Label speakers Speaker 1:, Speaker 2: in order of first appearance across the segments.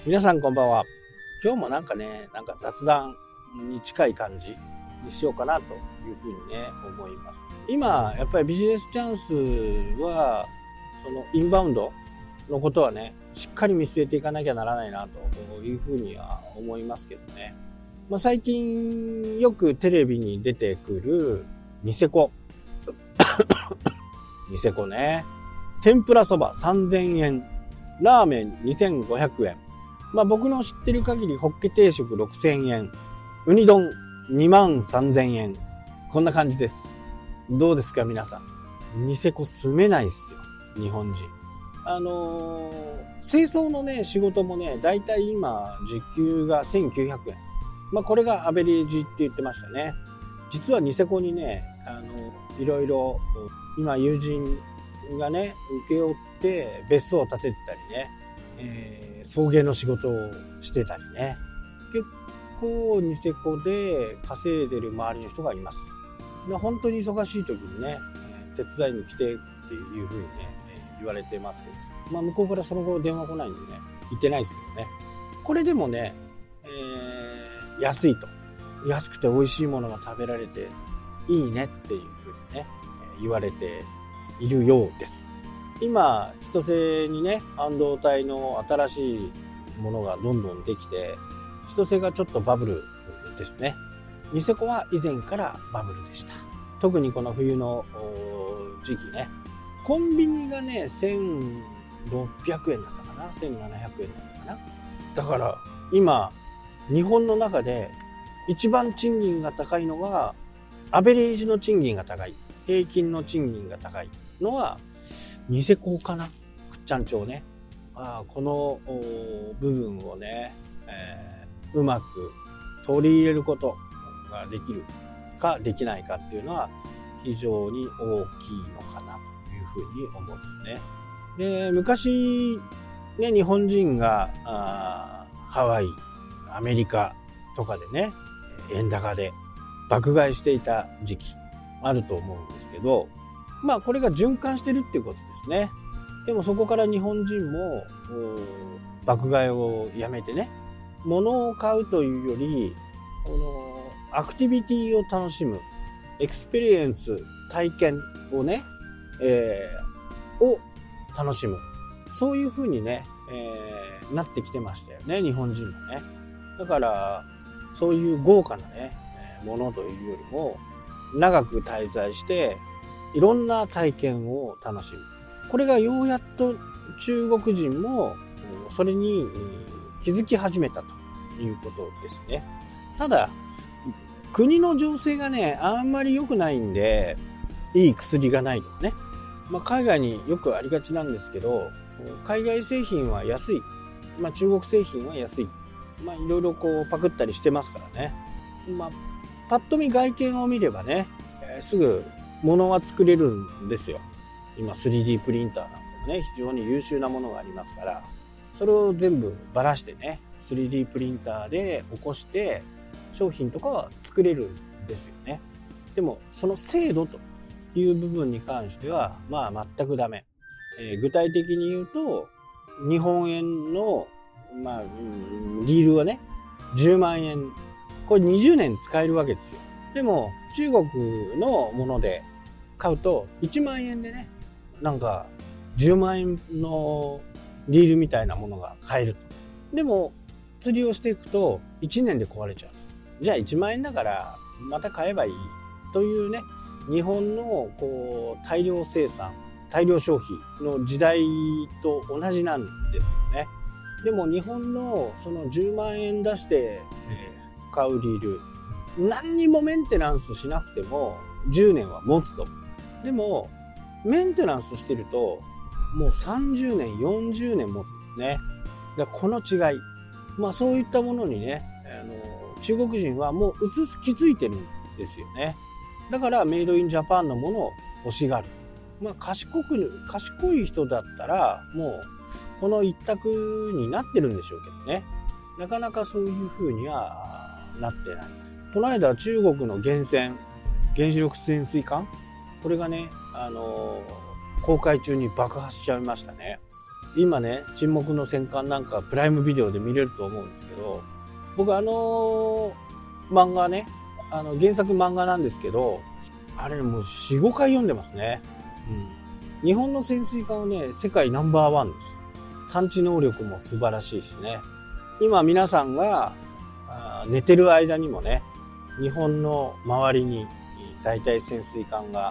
Speaker 1: 皆さんこんばんは。今日もなんか雑談に近い感じにしようかなというふうにね思います。今やっぱりビジネスチャンスはそのインバウンドのことはねしっかり見据えていかなきゃならないなというふうには思いますけどね。最近よくテレビに出てくるニセコニセコね。天ぷらそば3000円、ラーメン2500円。僕の知ってる限りホッケ定食6000円、ウニ丼23000円。こんな感じです。どうですか皆さん。ニセコ住めないっすよ、日本人。清掃のね仕事もねだいたい今時給が1900円。これがアベレージって言ってましたね。実はニセコにねいろいろ今友人がね請け負って別荘を建ててたりね、送迎の仕事をしてたりね、結構ニセコで稼いでる周りの人がいます。本当に忙しい時にね手伝いに来てっていう風にね言われてますけど、向こうからその後電話来ないんでね行ってないですけどね。これでもね、安いと、安くて美味しいものが食べられていいねっていう風にね言われているようです。今千歳にね半導体の新しいものがどんどんできて千歳がちょっとバブルですね。ニセコは以前からバブルでした。特にこの冬の時期ねコンビニがね1600円だったかな、1700円だったかな。だから今日本の中で一番賃金が高いのがアベレージの賃金が高い、平均の賃金が高いのはニセコかな、倶知安町ね。この部分をね、うまく取り入れることができるかできないかっていうのは非常に大きいのかなというふうに思うんですね。で、昔ね日本人がハワイ、アメリカとかでね円高で爆買いしていた時期あると思うんですけど、これが循環してるっていうことですね。でもそこから日本人も爆買いをやめてね、物を買うというよりアクティビティを楽しむ、エクスペリエンス、体験をね、を楽しむ、そういう風にね、なってきてましたよね、日本人もね。だからそういう豪華なねものというよりも長く滞在していろんな体験を楽しむ、これがようやっと中国人もそれに気づき始めたということですね。ただ国の情勢がねあんまり良くないんでいい薬がないとかね、海外によくありがちなんですけど、海外製品は安い、中国製品は安い、いろいろパクったりしてますからね。パッと見外見を見ればね、すぐ物は作れるんですよ。今 3D プリンターなんかもね非常に優秀なものがありますから、それを全部ばらしてね 3D プリンターで起こして商品とかは作れるんですよね。でもその精度という部分に関しては全くダメ。具体的に言うと日本円のリールはね10万円、これ20年使えるわけですよ。でも中国のもので買うと1万円でね10万円のリールみたいなものが買えると。でも釣りをしていくと1年で壊れちゃう。じゃあ1万円だからまた買えばいいというね、日本の大量生産大量消費の時代と同じなんですよね。でも日本のその10万円出して、買うリール、何にもメンテナンスしなくても10年は持つと。でもメンテナンスしてるともう30年40年持つんですね。だからこの違い、そういったものにね中国人はもううすうす気づいてるんですよね。だからメイドインジャパンのものを欲しがる。賢い人だったらもうこの一択になってるんでしょうけどね、なかなかそういう風にはなってない。この間中国の原子力潜水艦、これがね公開中に爆発しちゃいましたね。 今ね、沈黙の戦艦なんかプライムビデオで見れると思うんですけど、僕漫画ね、原作漫画なんですけど、あれもう4、5回読んでますね。日本の潜水艦はね、世界ナンバーワンです。探知能力も素晴らしいしね。今皆さんが寝てる間にもね、日本の周りに大体潜水艦が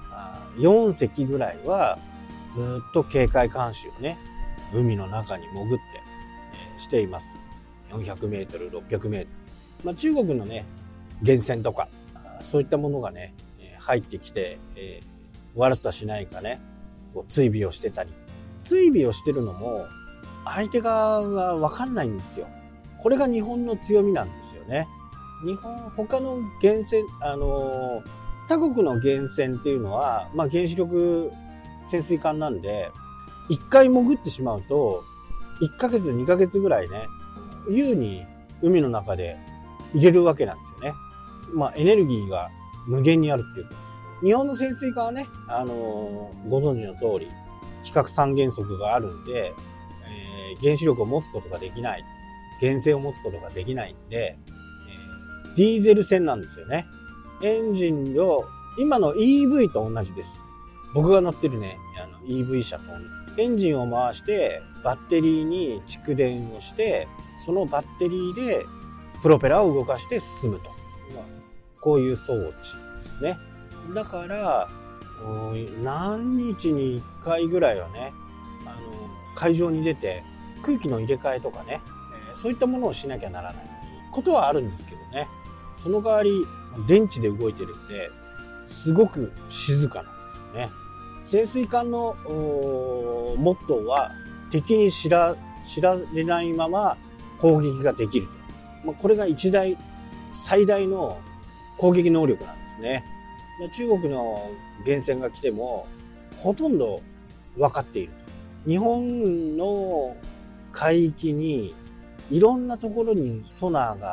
Speaker 1: 4隻ぐらいはずっと警戒監視をね、海の中に潜ってしています。400メートル、600メートル。中国のね、源泉とか、そういったものがね、入ってきて、悪さしないかね、こう追尾をしてたり。追尾をしてるのも、相手側がわかんないんですよ。これが日本の強みなんですよね。他の源泉、他国の源泉っていうのは、原子力潜水艦なんで、一回潜ってしまうと、1ヶ月、2ヶ月ぐらいね、優に海の中で入れるわけなんですよね。エネルギーが無限にあるっていうことです。日本の潜水艦はね、ご存知の通り、非核三原則があるんで、原子力を持つことができない。源泉を持つことができないんで、ディーゼル船なんですよね。エンジンを、今の EV と同じです。僕が乗ってるね、EV 車と同じ。エンジンを回して、バッテリーに蓄電をして、そのバッテリーでプロペラを動かして進むと。こういう装置ですね。だから、何日に1回ぐらいはね、海上に出て空気の入れ替えとかね、そういったものをしなきゃならないことはあるんですけどね。その代わり電池で動いてるんで、すごく静かなんですよね。潜水艦のモットーは敵に知られないまま攻撃ができると。これが最大の攻撃能力なんですね。中国の源泉が来てもほとんど分かっていると。日本の海域にいろんなところにソナーがあって、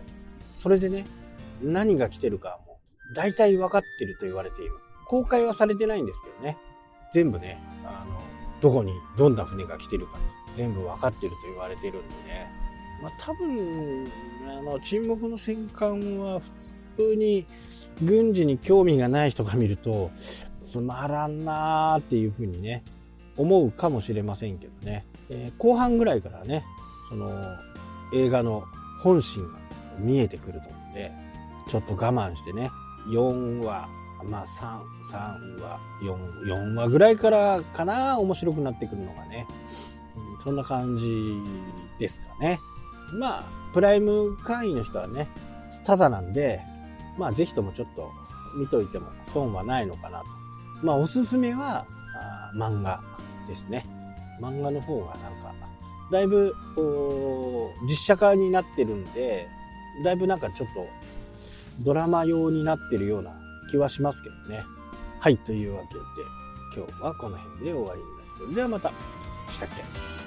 Speaker 1: それでね、何が来てるかも大体分かってると言われている。公開はされてないんですけどね。全部ね、どこにどんな船が来てるか全部分かってると言われてるんでね。多分、沈黙の戦艦は普通に軍事に興味がない人が見ると、つまらんなーっていう風にね、思うかもしれませんけどね。後半ぐらいからね、その映画の本心が見えてくると思うんで、ちょっと我慢してね、4話、3話、4話ぐらいからかな、面白くなってくるのがね。そんな感じですかね。プライム会員の人はね、ただなんで、ぜひともちょっと見といても損はないのかなと。おすすめは漫画ですね。漫画の方がだいぶ実写化になってるんで、だいぶちょっとドラマ用になってるような気はしますけどね。はい、というわけで今日はこの辺で終わりです。それではまた。したっけ。